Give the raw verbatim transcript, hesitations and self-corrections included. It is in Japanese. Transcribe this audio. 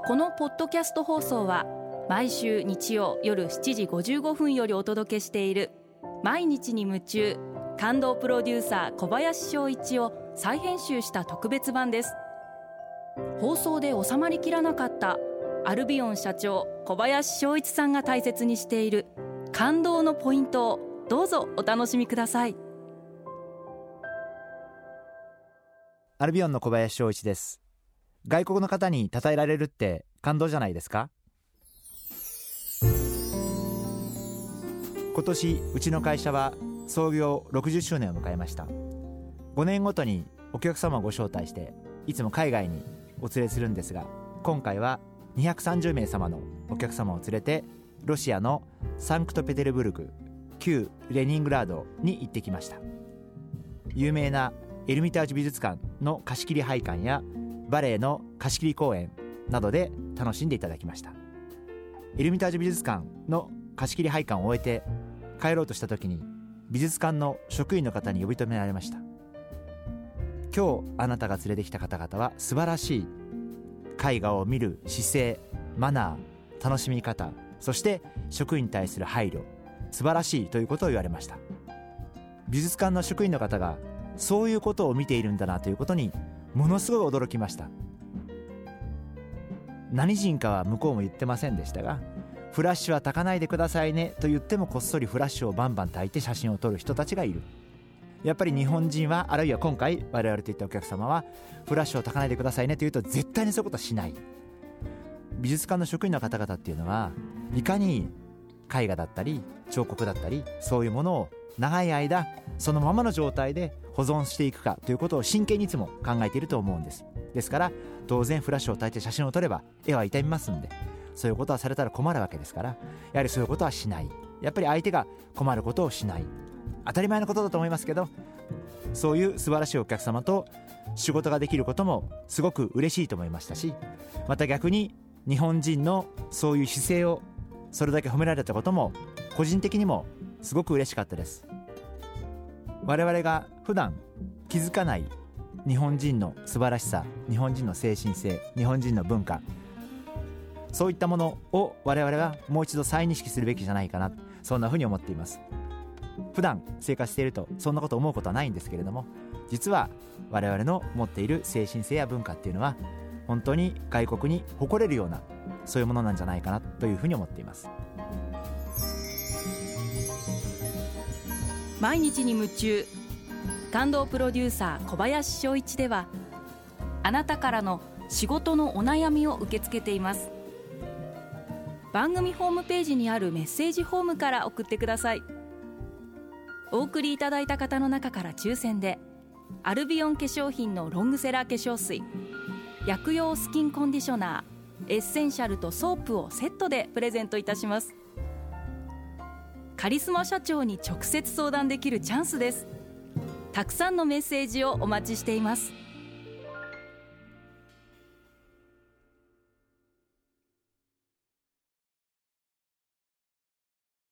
このポッドキャスト放送は毎週日曜夜しちじごじゅうごふんよりお届けしている毎日に夢中感動プロデューサー小林翔一を再編集した特別版です。放送で収まりきらなかったアルビオン社長小林翔一さんが大切にしている感動のポイントをどうぞお楽しみください。 アルビオンの小林翔一です。外国の方に称えられるって感動じゃないですか？今年うちの会社は創業ろくじゅっしゅうねんを迎えました。ごねんごとにお客様をご招待していつも海外にお連れするんですが、今回はにひゃくさんじゅうめい様のお客様を連れてロシアのサンクトペテルブルク、旧レニングラードに行ってきました。有名なエルミタージュ美術館の貸し切り拝観やバレエの貸し切り公演などで楽しんでいただきました。エルミタージュ美術館の貸し切り拝観を終えて帰ろうとした時に美術館の職員の方に呼び止められました。今日あなたが連れてきた方々は素晴らしい絵画を見る姿勢、マナー、楽しみ方、そして職員に対する配慮、素晴らしいということを言われました。美術館の職員の方がそういうことを見ているんだなということにものすごい驚きました。何人かは向こうも言ってませんでしたが、フラッシュは焚かないでくださいねと言ってもこっそりフラッシュをバンバン焚いて写真を撮る人たちがいる。やっぱり日本人は、あるいは今回我々といったお客様はフラッシュを焚かないでくださいねと言うと絶対にそういうことはしない。美術館の職員の方々っていうのはいかに絵画だったり彫刻だったりそういうものを長い間そのままの状態で保存していくかということを真剣にいつも考えていると思うんです。ですから当然フラッシュを焚いて写真を撮れば絵は傷みますんで、そういうことはされたら困るわけですから、やはりそういうことはしない。やっぱり相手が困ることをしない、当たり前のことだと思いますけど、そういう素晴らしいお客様と仕事ができることもすごく嬉しいと思いましたし、また逆に日本人のそういう姿勢をそれだけ褒められたことも個人的にもすごく嬉しかったです。我々が普段気づかない日本人の素晴らしさ、日本人の精神性、日本人の文化、そういったものを我々はもう一度再認識するべきじゃないかな、そんなふうに思っています。普段生活しているとそんなこと思うことはないんですけれども、実は我々の持っている精神性や文化っていうのは本当に外国に誇れるようなそういうものなんじゃないかなというふうに思っています。 毎日に夢中感動プロデューサー小林翔一では、あなたからの仕事のお悩みを受け付けています。番組ホームページにあるメッセージフォームから送ってください。お送りいただいた方の中から抽選でアルビオン化粧品のロングセラー化粧水、薬用スキンコンディショナー、エッセンシャルとソープをセットでプレゼントいたします。カリスマ社長に直接相談できるチャンスです。たくさんのメッセージをお待ちしています。